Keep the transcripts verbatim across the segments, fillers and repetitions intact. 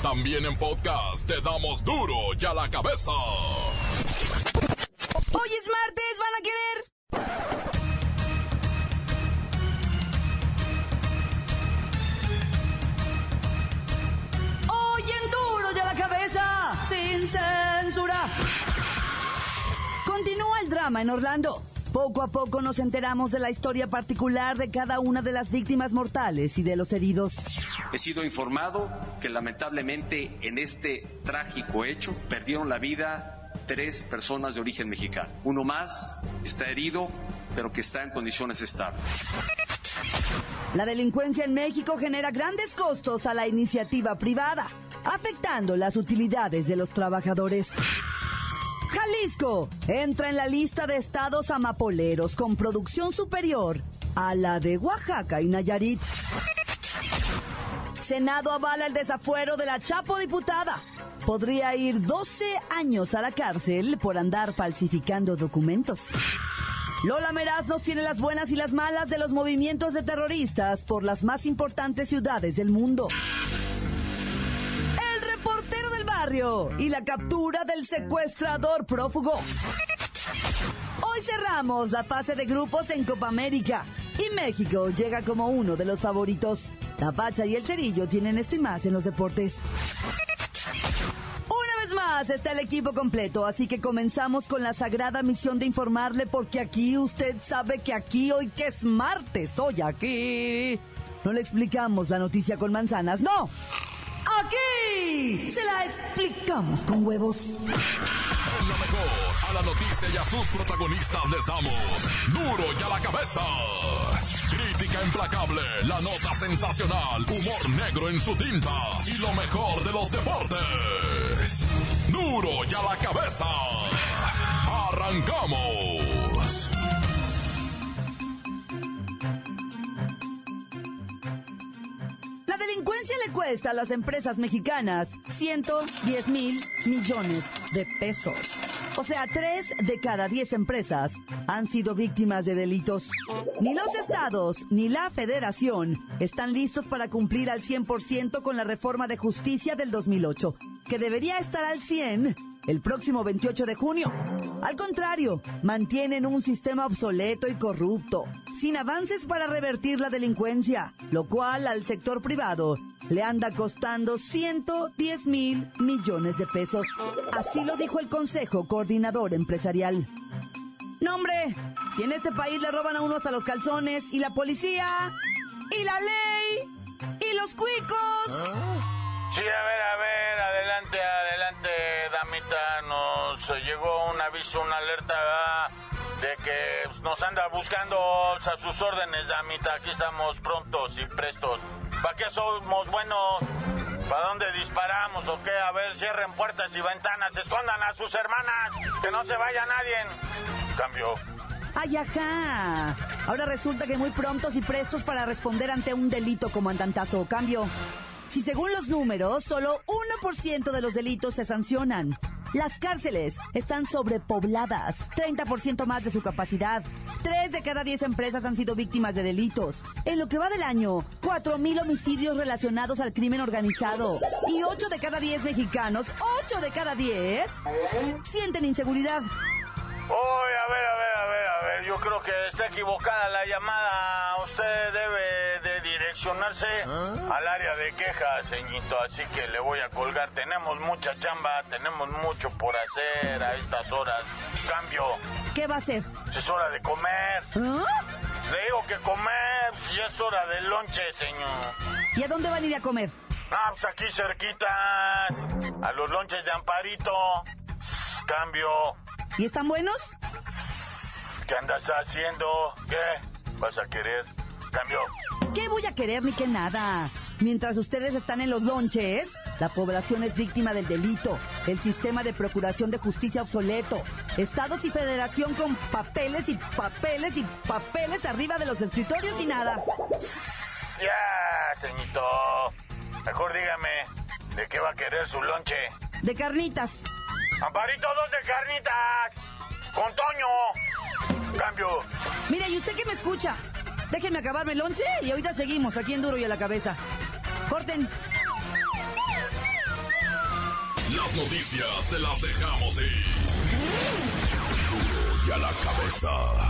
También en podcast te damos duro y a la cabeza. Hoy es martes, ¿van a querer? Hoy en duro y a la cabeza, sin censura. Continúa el drama en Orlando. Poco a poco nos enteramos de la historia particular de cada una de las víctimas mortales y de los heridos. He sido informado que lamentablemente en este trágico hecho perdieron la vida tres personas de origen mexicano. Uno más está herido, pero que está en condiciones estables. La delincuencia en México genera grandes costos a la iniciativa privada, afectando las utilidades de los trabajadores. Jalisco entra en la lista de estados amapoleros con producción superior a la de Oaxaca y Nayarit. Senado avala el desafuero de la Chapo diputada. Podría ir doce años a la cárcel por andar falsificando documentos. Lola Meraz nos tiene las buenas y las malas de los movimientos de terroristas por las más importantes ciudades del mundo. Y la captura del secuestrador prófugo. Hoy cerramos la fase de grupos en Copa América y México llega como uno de los favoritos. La Pacha y el Cerillo tienen esto y más en los deportes. Una vez más está el equipo completo, así que comenzamos con la sagrada misión de informarle, porque aquí usted sabe que aquí hoy que es martes, hoy aquí no le explicamos la noticia con manzanas, no. Aquí se la explicamos con huevos. Con lo mejor, a la noticia y a sus protagonistas les damos duro y a la cabeza. Crítica implacable, la nota sensacional, humor negro en su tinta y lo mejor de los deportes. Duro y a la cabeza. ¡Arrancamos! La delincuencia le cuesta a las empresas mexicanas ciento diez mil millones de pesos. O sea, tres de cada diez empresas han sido víctimas de delitos. Ni los estados ni la federación están listos para cumplir al cien por ciento con la reforma de justicia del dos mil ocho, que debería estar al cien el próximo veintiocho de junio. Al contrario, mantienen un sistema obsoleto y corrupto, sin avances para revertir la delincuencia, lo cual al sector privado le anda costando ciento diez mil millones de pesos. Así lo dijo el Consejo Coordinador Empresarial. No, hombre, si en este país le roban a uno hasta los calzones, y la policía, y la ley, y los cuicos... ¿Ah? Sí, a ver, a ver, adelante, adelante, damita, nos llegó un aviso, una alerta, ¿verdad?, de que nos anda buscando a sus órdenes, damita. Aquí estamos prontos y prestos. ¿Para qué somos buenos? ¿Para dónde disparamos o qué? A ver, cierren puertas y ventanas, escondan a sus hermanas, que no se vaya nadie. Cambio. ¡Ay, ajá! Ahora resulta que muy prontos y prestos para responder ante un delito como andantazo. Cambio. Si según los números, solo uno por ciento de los delitos se sancionan. Las cárceles están sobrepobladas, treinta por ciento más de su capacidad. Tres de cada diez empresas han sido víctimas de delitos. En lo que va del año, cuatro mil homicidios relacionados al crimen organizado. Y ocho de cada diez mexicanos, ocho de cada diez, sienten inseguridad. Uy, a ver, a ver, a ver, a ver, yo creo que está equivocada la llamada. Usted debe de direccionarse ¿Ah? al área de quejas, ceñito, así que le voy a colgar. Tenemos mucha chamba, tenemos mucho por hacer a estas horas. Cambio. ¿Qué va a hacer? Es hora de comer. ¿Ah? Le digo que comer, si es hora del lonche, señor. ¿Y a dónde van a ir a comer? Ah, pues aquí cerquitas, a los lonches de Amparito. Cambio. ¿Y están buenos? ¿Qué andas haciendo? ¿Qué? ¿Vas a querer? Cambio. ¿Qué voy a querer ni qué nada? Mientras ustedes están en los lonches, la población es víctima del delito, el sistema de procuración de justicia obsoleto, estados y federación con papeles y papeles y papeles arriba de los escritorios y nada. Ya, ceñito. Mejor dígame, ¿de qué va a querer su lonche? De carnitas. Amparito, dos de carnitas. Con Toño. Cambio. Mire, ¿y usted qué me escucha? Déjeme acabarme el lonche y ahorita seguimos aquí en Duro y a la Cabeza. Corten. Las noticias te las dejamos ir. Duro y a la cabeza.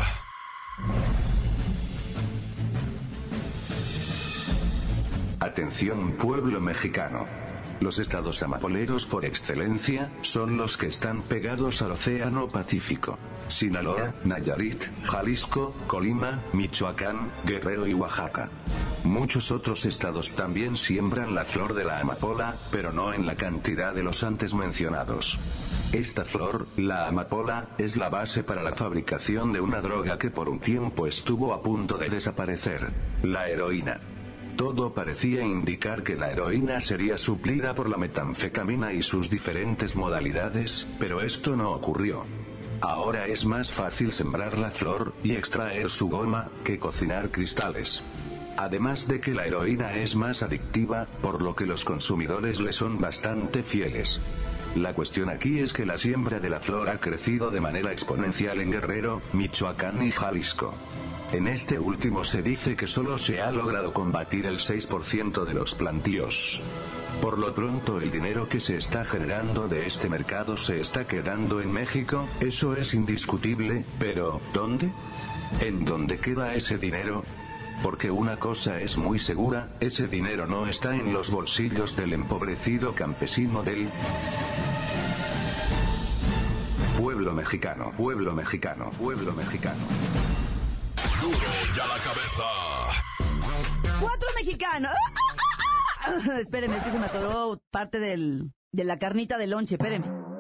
Atención, pueblo mexicano. Los estados amapoleros por excelencia son los que están pegados al Océano Pacífico: Sinaloa, Nayarit, Jalisco, Colima, Michoacán, Guerrero y Oaxaca. Muchos otros estados también siembran la flor de la amapola, pero no en la cantidad de los antes mencionados. Esta flor, la amapola, es la base para la fabricación de una droga que por un tiempo estuvo a punto de desaparecer: la heroína. Todo parecía indicar que la heroína sería suplida por la metanfetamina y sus diferentes modalidades, pero esto no ocurrió. Ahora es más fácil sembrar la flor y extraer su goma que cocinar cristales. Además de que la heroína es más adictiva, por lo que los consumidores le son bastante fieles. La cuestión aquí es que la siembra de la flor ha crecido de manera exponencial en Guerrero, Michoacán y Jalisco. En este último se dice que solo se ha logrado combatir el seis por ciento de los plantíos. Por lo pronto el dinero que se está generando de este mercado se está quedando en México, eso es indiscutible, pero ¿dónde? ¿En dónde queda ese dinero? Porque una cosa es muy segura, ese dinero no está en los bolsillos del empobrecido campesino del pueblo mexicano, pueblo mexicano, pueblo mexicano. Duro y a la cabeza. Cuatro mexicanos. Espéreme, es que se me atoró parte del, de la carnita de lonche, espéreme.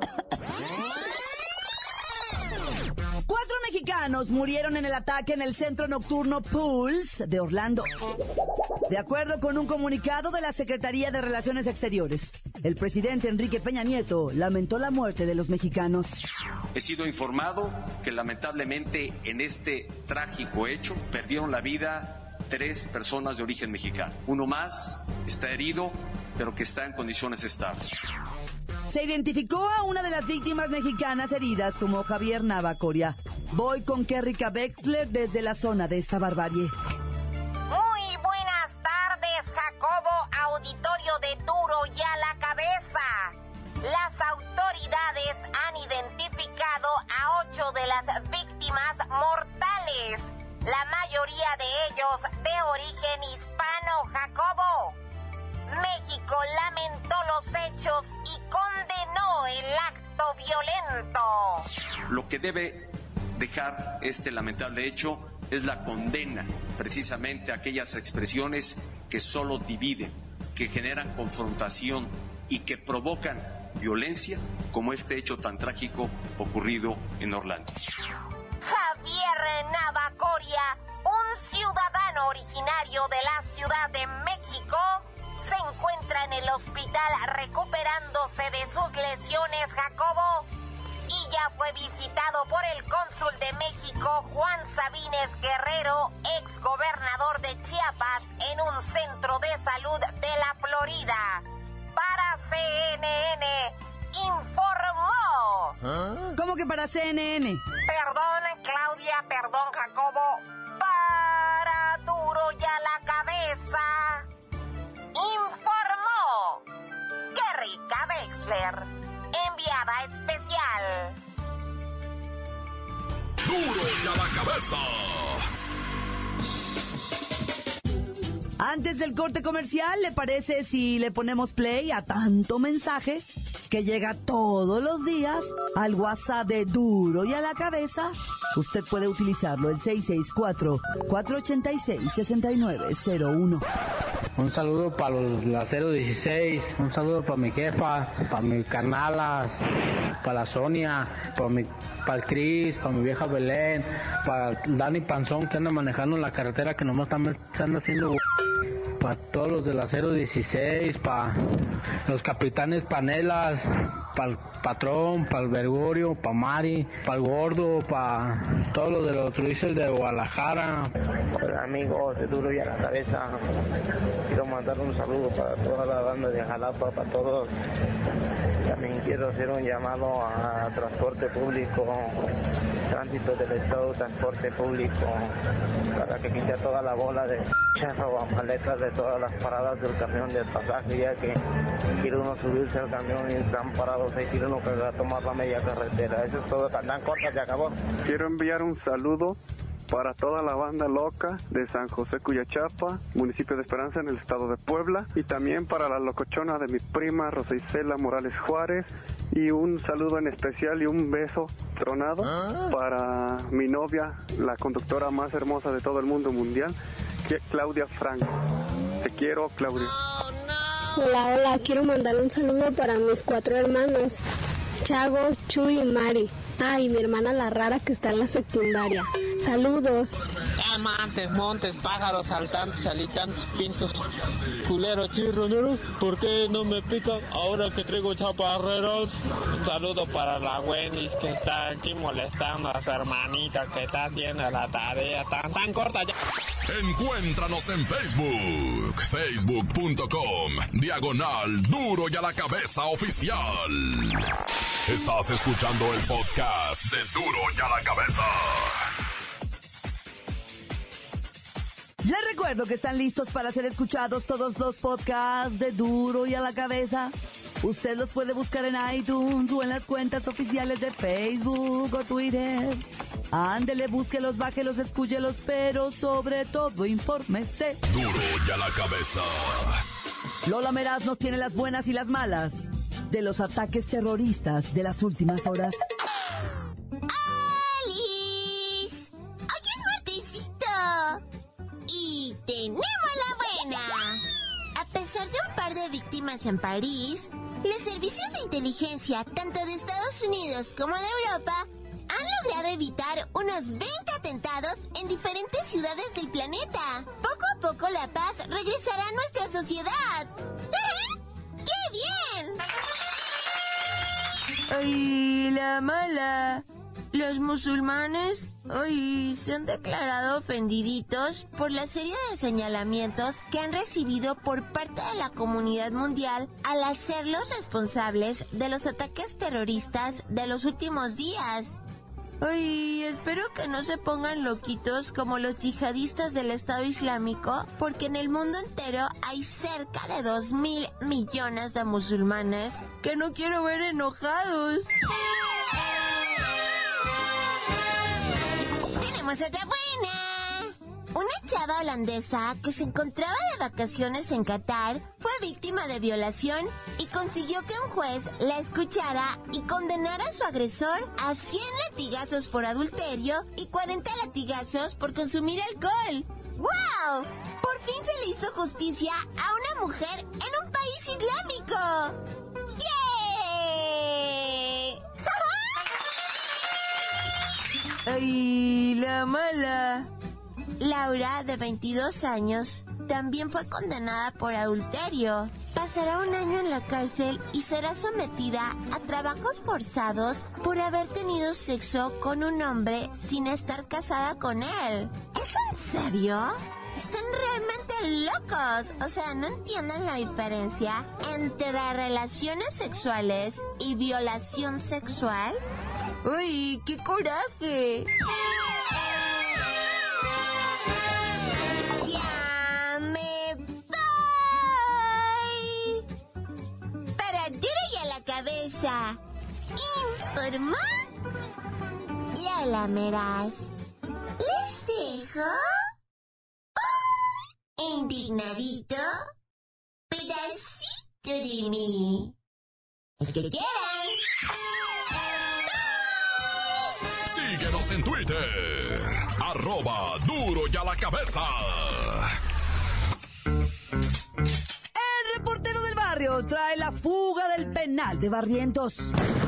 Cuatro mexicanos murieron en el ataque en el centro nocturno Pulse de Orlando. De acuerdo con un comunicado de la Secretaría de Relaciones Exteriores, el presidente Enrique Peña Nieto lamentó la muerte de los mexicanos. He sido informado que lamentablemente en este trágico hecho perdieron la vida tres personas de origen mexicano. Uno más está herido, pero que está en condiciones estables. Se identificó a una de las víctimas mexicanas heridas como Javier Navacoria. Voy con Kerrika Wexler desde la zona de esta barbarie. Muy buenas tardes, Jacobo, auditorio de Duro y a la Cabeza. Las autoridades han identificado a ocho de las víctimas mortales, la mayoría de ellos de origen hispano, Jacobo. México lamentó los hechos y condenó el acto violento. Lo que debe dejar este lamentable hecho es la condena precisamente a aquellas expresiones que solo dividen, que generan confrontación y que provocan violencia, como este hecho tan trágico ocurrido en Orlando. Javier Navacoria, un ciudadano originario de la Ciudad de México, se encuentra en el hospital recuperándose de sus lesiones, Jacobo, y ya fue visitado por el cónsul de México, Juan Sabines Guerrero, ex gobernador de Chiapas, en un centro de salud de la Florida. Para C N N, informó. ¿Ah? ¿Cómo que para C N N? Perdón, Claudia, perdón, Jacobo. Para Duro y a la Cabeza, informó Kerrika Wexler, enviada especial. Duro y a la Cabeza. Antes del corte comercial, ¿le parece si le ponemos play a tanto mensaje que llega todos los días al WhatsApp de Duro y a la Cabeza? Usted puede utilizarlo, el seis seis cuatro, cuatro ocho seis, seis nueve cero uno. Un saludo para los la cero dieciséis, un saludo para mi jefa, para mi carnalas, para la Sonia, para mi, para el Cris, para mi vieja Belén, para Dani Panzón que anda manejando en la carretera que nomás también se anda haciendo, para todos los de la cero dieciséis, para los capitanes Panelas, para el patrón, para el Bergorio, para Mari, para el Gordo, para todos los de los Luises de Guadalajara. Hola amigos de Duro y a la Cabeza, quiero mandar un saludo para toda la banda de Jalapa, para todos. También quiero hacer un llamado a transporte público, tránsito del Estado, transporte público, para que quite toda la bola de pinche robamaletas de todas las paradas del camión del pasaje, ya que quiere uno subirse al camión y están parados ahí, quiere uno que va a tomar la media carretera. Eso es todo, tan corta, se acabó. Quiero enviar un saludo para toda la banda loca de San José Cuyachapa, municipio de Esperanza en el estado de Puebla, y también para la locochona de mi prima Rosa Isela Morales Juárez, y un saludo en especial y un beso tronado ¿Ah? para mi novia, la conductora más hermosa de todo el mundo mundial, Claudia Franco. Te quiero, Claudia. Oh, no. Hola, hola, quiero mandar un saludo para mis cuatro hermanos, Chago, Chuy y Mari. Ah, y mi hermana la rara que está en la secundaria. Saludos. Amantes, montes, pájaros, saltantes, alicantes, pintos, culeros, chirroneros. ¿Por qué no me pican ahora que traigo chaparreros? Un saludo para la Wendy que está aquí molestando a su hermanita que está haciendo la tarea tan, tan corta ya. Encuéntranos en Facebook, facebook punto com, diagonal Duro y a la Cabeza Oficial. Estás escuchando el podcast de Duro y a la Cabeza. Les recuerdo que están listos para ser escuchados todos los podcasts de Duro y a la Cabeza. Usted los puede buscar en iTunes o en las cuentas oficiales de Facebook o Twitter. Ándele, búsquelos, bájelos, escúchelos, pero sobre todo infórmese. Duro y a la Cabeza. Lola Meraz nos tiene las buenas y las malas de los ataques terroristas de las últimas horas. ¡Alice! ¡Hoy es martesito! Y tenemos la buena. A pesar de un par de víctimas en París, los servicios de inteligencia, tanto de Estados Unidos como de Europa, han logrado evitar unos veinte atentados en diferentes ciudades del planeta. Poco a poco la paz regresará a nuestra sociedad. ¡Qué bien! ¡Ay, la mala! Los musulmanes hoy se han declarado ofendiditos por la serie de señalamientos que han recibido por parte de la comunidad mundial al hacerlos responsables de los ataques terroristas de los últimos días. Ay, espero que no se pongan loquitos como los yihadistas del Estado Islámico, porque en el mundo entero hay cerca de dos mil millones de musulmanes que no quiero ver enojados. ¡Tenemos otra buena! Una chava holandesa que se encontraba de vacaciones en Qatar fue víctima de violación y consiguió que un juez la escuchara y condenara a su agresor a cien latigazos por adulterio y cuarenta latigazos por consumir alcohol. ¡Wow! Por fin se le hizo justicia a una mujer en un país islámico. ¡Yay! ¡Ay, la mala! Laura, de veintidós años, también fue condenada por adulterio. Pasará un año en la cárcel y será sometida a trabajos forzados por haber tenido sexo con un hombre sin estar casada con él. ¿Es en serio? Están realmente locos. O sea, ¿no entienden la diferencia entre relaciones sexuales y violación sexual? ¡Uy, qué coraje! ¡Ya me voy! Para Duro y a la Cabeza, informó Lola Meraz. Les dejo un indignadito pedacito de mí. El que quieran. Síguenos en Twitter, arroba Duro y a la Cabeza. El reportero del barrio trae la fuga del penal de Barrientos.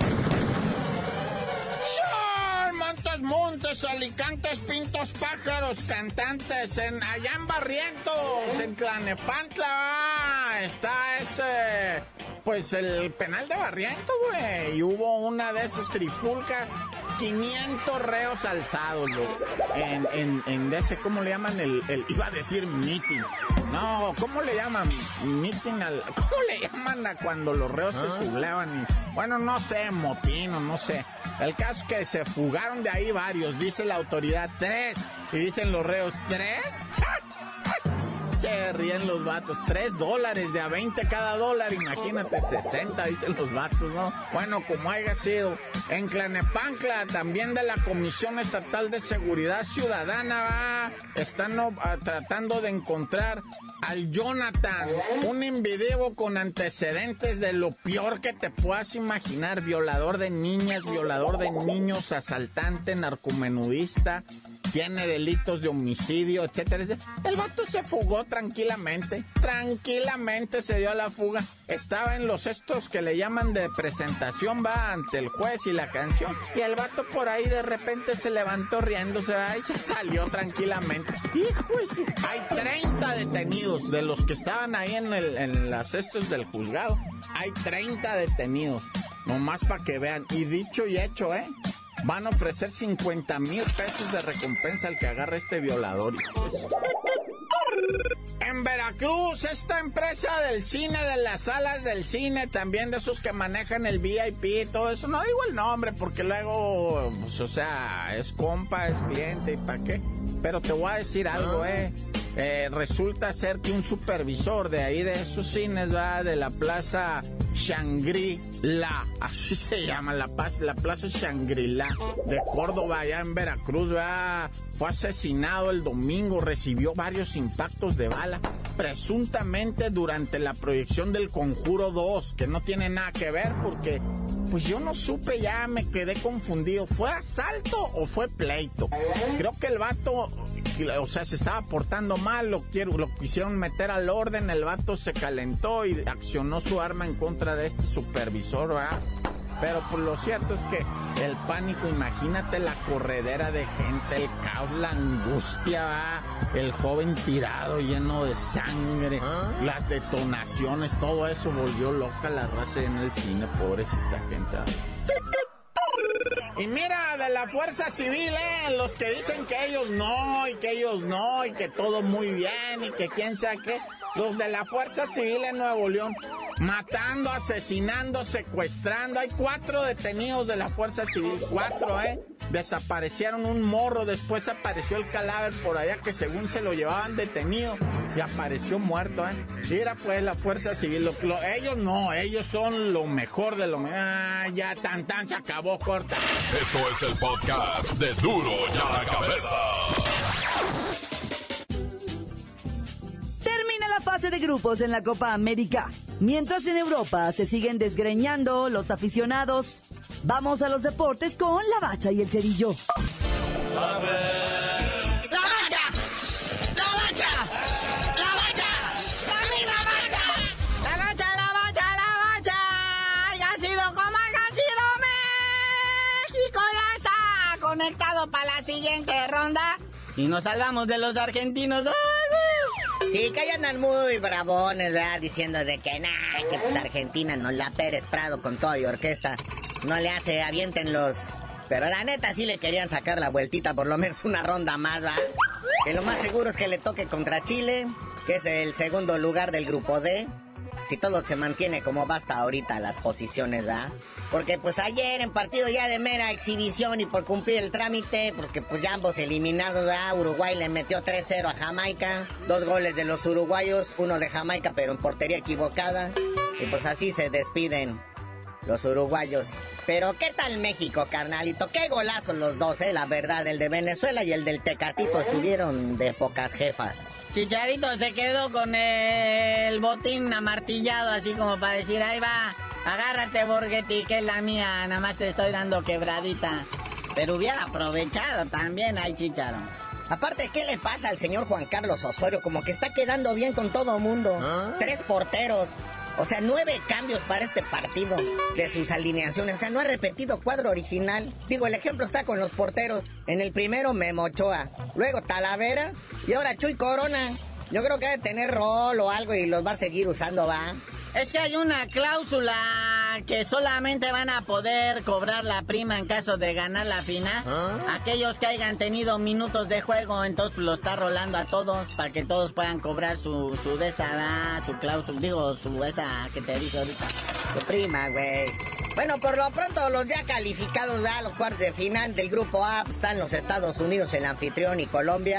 Montes, montes, alicantes, pintos, pájaros, cantantes, en, allá en Barrientos, en Tlanepantla, está ese, pues el penal de Barrientos, güey, y hubo una de esas trifulcas, quinientos reos alzados, loco, en, en, en ese, ¿cómo le llaman? El, el, iba a decir meeting, no, ¿cómo le llaman? Meeting al, ¿cómo le llaman a cuando los reos ¿Ah? se sublevan? Y, bueno, no sé, motín o no sé, el caso es que se fugaron de ahí varios, dice la autoridad tres, y dicen los reos, ¿tres? se ríen los vatos. Tres dólares de a veinte cada dólar, imagínate, sesenta, dicen los vatos, ¿no? Bueno, como haya sido. En Tlalnepantla, también de la Comisión Estatal de Seguridad Ciudadana, va, están no, a, tratando de encontrar al Jonathan, un individuo con antecedentes de lo peor que te puedas imaginar, violador de niñas, violador de niños, asaltante, narcomenudista, tiene delitos de homicidio, etcétera, etcétera. El vato se fugó tranquilamente, tranquilamente se dio a la fuga. Estaba en los estos que le llaman de presentación, va, ante el juez y la canción. Y el vato por ahí de repente se levantó riéndose, va, y se salió tranquilamente. Hijo de su... Hay treinta detenidos de los que estaban ahí en, el, en las estos del juzgado. Hay treinta detenidos, nomás para que vean. Y dicho y hecho, ¿eh? Van a ofrecer cincuenta mil pesos de recompensa al que agarre este violador. En Veracruz, esta empresa del cine, de las salas del cine, también de esos que manejan el V I P y todo eso, no digo el nombre porque luego, pues, o sea, es compa, es cliente, ¿y para qué? Pero te voy a decir algo, eh. Eh, resulta ser que un supervisor de ahí, de esos cines, va, de la plaza Shangri-La, así se llama, la, paz, la plaza Shangri-La de Córdoba, allá en Veracruz, va, fue asesinado el domingo, recibió varios impactos de bala, presuntamente durante la proyección del Conjuro dos, que no tiene nada que ver porque, pues yo no supe, ya me quedé confundido, ¿fue asalto o fue pleito? Creo que el vato, o sea, se estaba portando mal, lo, lo quisieron meter al orden, el vato se calentó y accionó su arma en contra de este supervisor, ¿verdad? Pero pues lo cierto es que el pánico, imagínate la corredera de gente, el caos, la angustia, ¿verdad? El joven tirado lleno de sangre, ¿ah? Las detonaciones, todo eso volvió loca la raza en el cine, pobrecita gente, ¿verdad? Y mira, de la fuerza civil, ¿eh? Los que dicen que ellos no, y que ellos no, y que todo muy bien, y que quién sabe qué. Los de la fuerza civil en Nuevo León, matando, asesinando, secuestrando. Hay cuatro detenidos de la fuerza civil, cuatro, ¿eh? Desaparecieron un morro, después apareció el cadáver por allá que según se lo llevaban detenido y apareció muerto, ¿eh? Mira pues la fuerza civil, lo, lo, ellos no, ellos son lo mejor de lo mejor. Ah, ya tan tan se acabó, corta. Esto es el podcast de Duro y a la Cabeza. Termina la fase de grupos en la Copa América. Mientras en Europa se siguen desgreñando los aficionados, vamos a los deportes con la Bacha y el Cerillo. ¡La Bacha! ¡La Bacha! ¡La Bacha! ¡Dame la Bacha! ¡La Bacha, la Bacha, la Bacha! ¡Haya sido como haya sido! ¡México ya está conectado para la siguiente ronda! Y nos salvamos de los argentinos. Sí, que ya andan muy bravones, ¿verdad? Diciendo de que nah, que pues Argentina nos la Pérez Prado con todo y orquesta no le hace, aviéntenlos. Pero la neta sí le querían sacar la vueltita, por lo menos una ronda más, ¿va? Que lo más seguro es que le toque contra Chile, que es el segundo lugar del grupo D. Si todo se mantiene como va hasta ahorita las posiciones, ¿verdad? Porque pues ayer en partido ya de mera exhibición y por cumplir el trámite, porque pues ya ambos eliminados, ¿verdad? Uruguay le metió tres cero a Jamaica, dos goles de los uruguayos, uno de Jamaica pero en portería equivocada. Y pues así se despiden los uruguayos. Pero ¿qué tal México, carnalito? Qué golazos los dos, eh, la verdad. El de Venezuela y el del Tecatito estuvieron de pocas jefas. Chicharito se quedó con el botín amartillado, así como para decir, ahí va, agárrate Borghetti, que es la mía, nada más te estoy dando quebradita. Pero hubiera aprovechado también, ahí Chicharo. Aparte, ¿qué le pasa al señor Juan Carlos Osorio? Como que está quedando bien con todo mundo. ¿Ah? Tres porteros. O sea, nueve cambios para este partido de sus alineaciones. O sea, no ha repetido cuadro original. Digo, el ejemplo está con los porteros. En el primero, Memo Ochoa. Luego, Talavera. Y ahora, Chuy Corona. Yo creo que debe tener rol o algo y los va a seguir usando, ¿va? Es que hay una cláusula que solamente van a poder cobrar la prima en caso de ganar la final. ¿Ah? Aquellos que hayan tenido minutos de juego, entonces lo está rolando a todos para que todos puedan cobrar su, su de esa, su cláusula, digo, su esa que te dije ahorita. Su prima, güey. Bueno, por lo pronto los ya calificados a los cuartos de final del grupo A están los Estados Unidos, el anfitrión, y Colombia.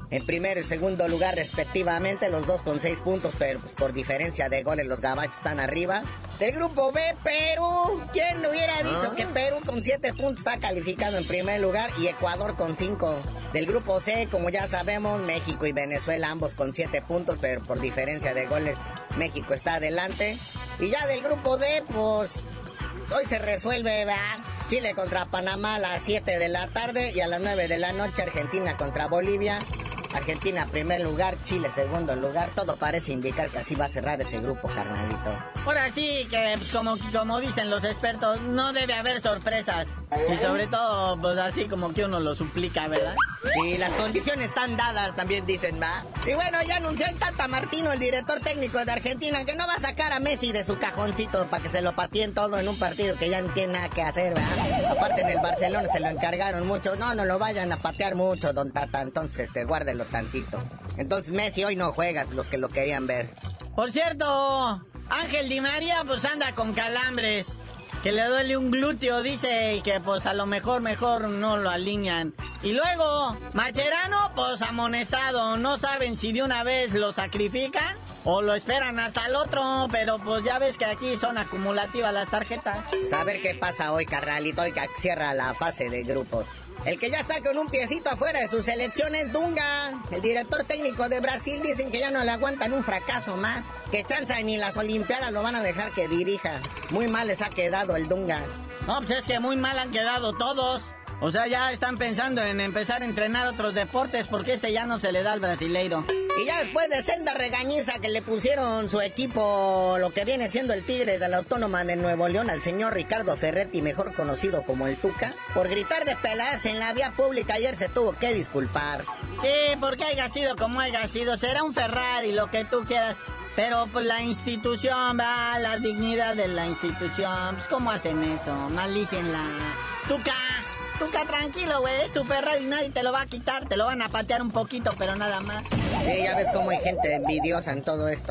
en primer y segundo lugar respectivamente, los dos con seis puntos, pero pues, por diferencia de goles los gabachos están arriba. Del grupo B, Perú. ¿Quién hubiera dicho ¿Ah? que Perú con siete puntos está calificado en primer lugar y Ecuador con cinco? Del grupo C, como ya sabemos, México y Venezuela ambos con siete puntos, pero por diferencia de goles México está adelante. Y ya del grupo D, pues hoy se resuelve, ¿verdad? Chile contra Panamá a las siete de la tarde y a las nueve de la noche Argentina contra Bolivia. Argentina primer lugar, Chile segundo lugar. Todo parece indicar que así va a cerrar ese grupo, carnalito. Ahora sí que, pues, como, como dicen los expertos, no debe haber sorpresas. Y sobre todo, pues así como que uno lo suplica, ¿verdad? Y las condiciones están dadas, también dicen, ¿va? Y bueno, ya anunció el Tata Martino, el director técnico de Argentina, que no va a sacar a Messi de su cajoncito para que se lo pateen todo en un partido que ya no tiene nada que hacer, ¿verdad? Aparte en el Barcelona se lo encargaron mucho. No, no lo vayan a patear mucho, don Tata, entonces este, guárdelo tantito. Entonces Messi hoy no juega, los que lo querían ver. Por cierto, Ángel Di María pues anda con calambres, que le duele un glúteo, dice, y que pues a lo mejor, mejor no lo alinean. Y luego, Mascherano pues amonestado, no saben si de una vez lo sacrifican o lo esperan hasta el otro, pero pues ya ves que aquí son acumulativas las tarjetas. A ver qué pasa hoy, carnalito, hoy que cierra la fase de grupos. El que ya está con un piecito afuera de su selección es Dunga. El director técnico de Brasil dicen que ya no le aguantan un fracaso más. Que chanza ni las Olimpiadas lo van a dejar que dirija. Muy mal les ha quedado el Dunga. No, pues es que muy mal han quedado todos. O sea, ya están pensando en empezar a entrenar otros deportes porque este ya no se le da al brasileiro. Y ya después de senda regañiza que le pusieron su equipo, lo que viene siendo el Tigres de la Autónoma de Nuevo León, al señor Ricardo Ferretti, mejor conocido como el Tuca, por gritar de peladas en la vía pública ayer se tuvo que disculpar. Sí, porque haya sido como haya sido, será un Ferrari, lo que tú quieras. Pero pues la institución, va, la dignidad de la institución, pues ¿cómo hacen eso? Malícenla. Tuca, Tuca, tranquilo, güey, es tu Ferrari, nadie te lo va a quitar, te lo van a patear un poquito, pero nada más. Sí, ya ves cómo hay gente envidiosa en todo esto.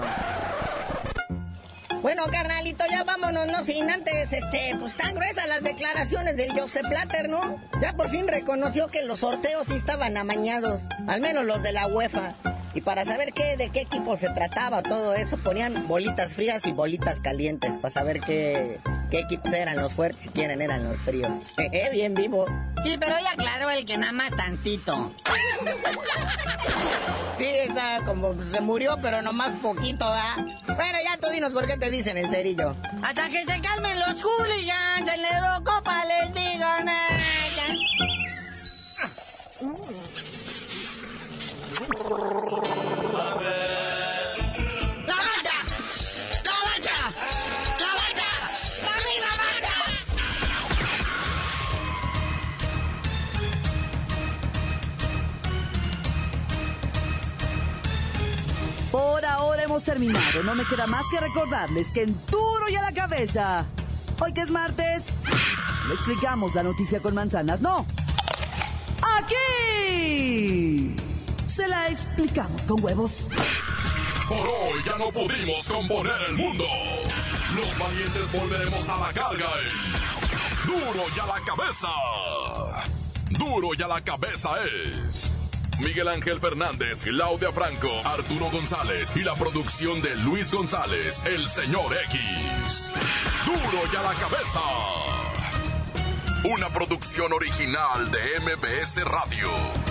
Bueno, carnalito, ya vámonos, no sin antes, este, pues tan gruesas las declaraciones del Joseph Blatter, ¿no? Ya por fin reconoció que los sorteos sí estaban amañados, al menos los de la UEFA. Y para saber qué, de qué equipo se trataba, todo eso, ponían bolitas frías y bolitas calientes, para saber qué, qué equipos eran los fuertes y quiénes eran los fríos. Jeje, bien vivo. Sí, pero ya aclaró el que nada más tantito. Sí, está como se murió, pero nomás poquito, ¿ah? Bueno, ya tú dinos por qué te dicen el cerillo. Hasta que se calmen los hooligans, en la Eurocopa les digo nada. ¡La mancha! ¡La mancha! ¡La mancha! ¡La misma mancha! Por ahora hemos terminado. No me queda más que recordarles que en Duro y a la Cabeza, hoy que es martes, le explicamos la noticia con manzanas. ¡No! ¡Aquí! Se la explicamos con huevos. Por hoy ya no pudimos componer el mundo. Los valientes volveremos a la carga en Duro y a la Cabeza. Duro y a la Cabeza es Miguel Ángel Fernández, Claudia Franco, Arturo González y la producción de Luis González, el señor X. Duro y a la Cabeza. Una producción original de M B S Radio.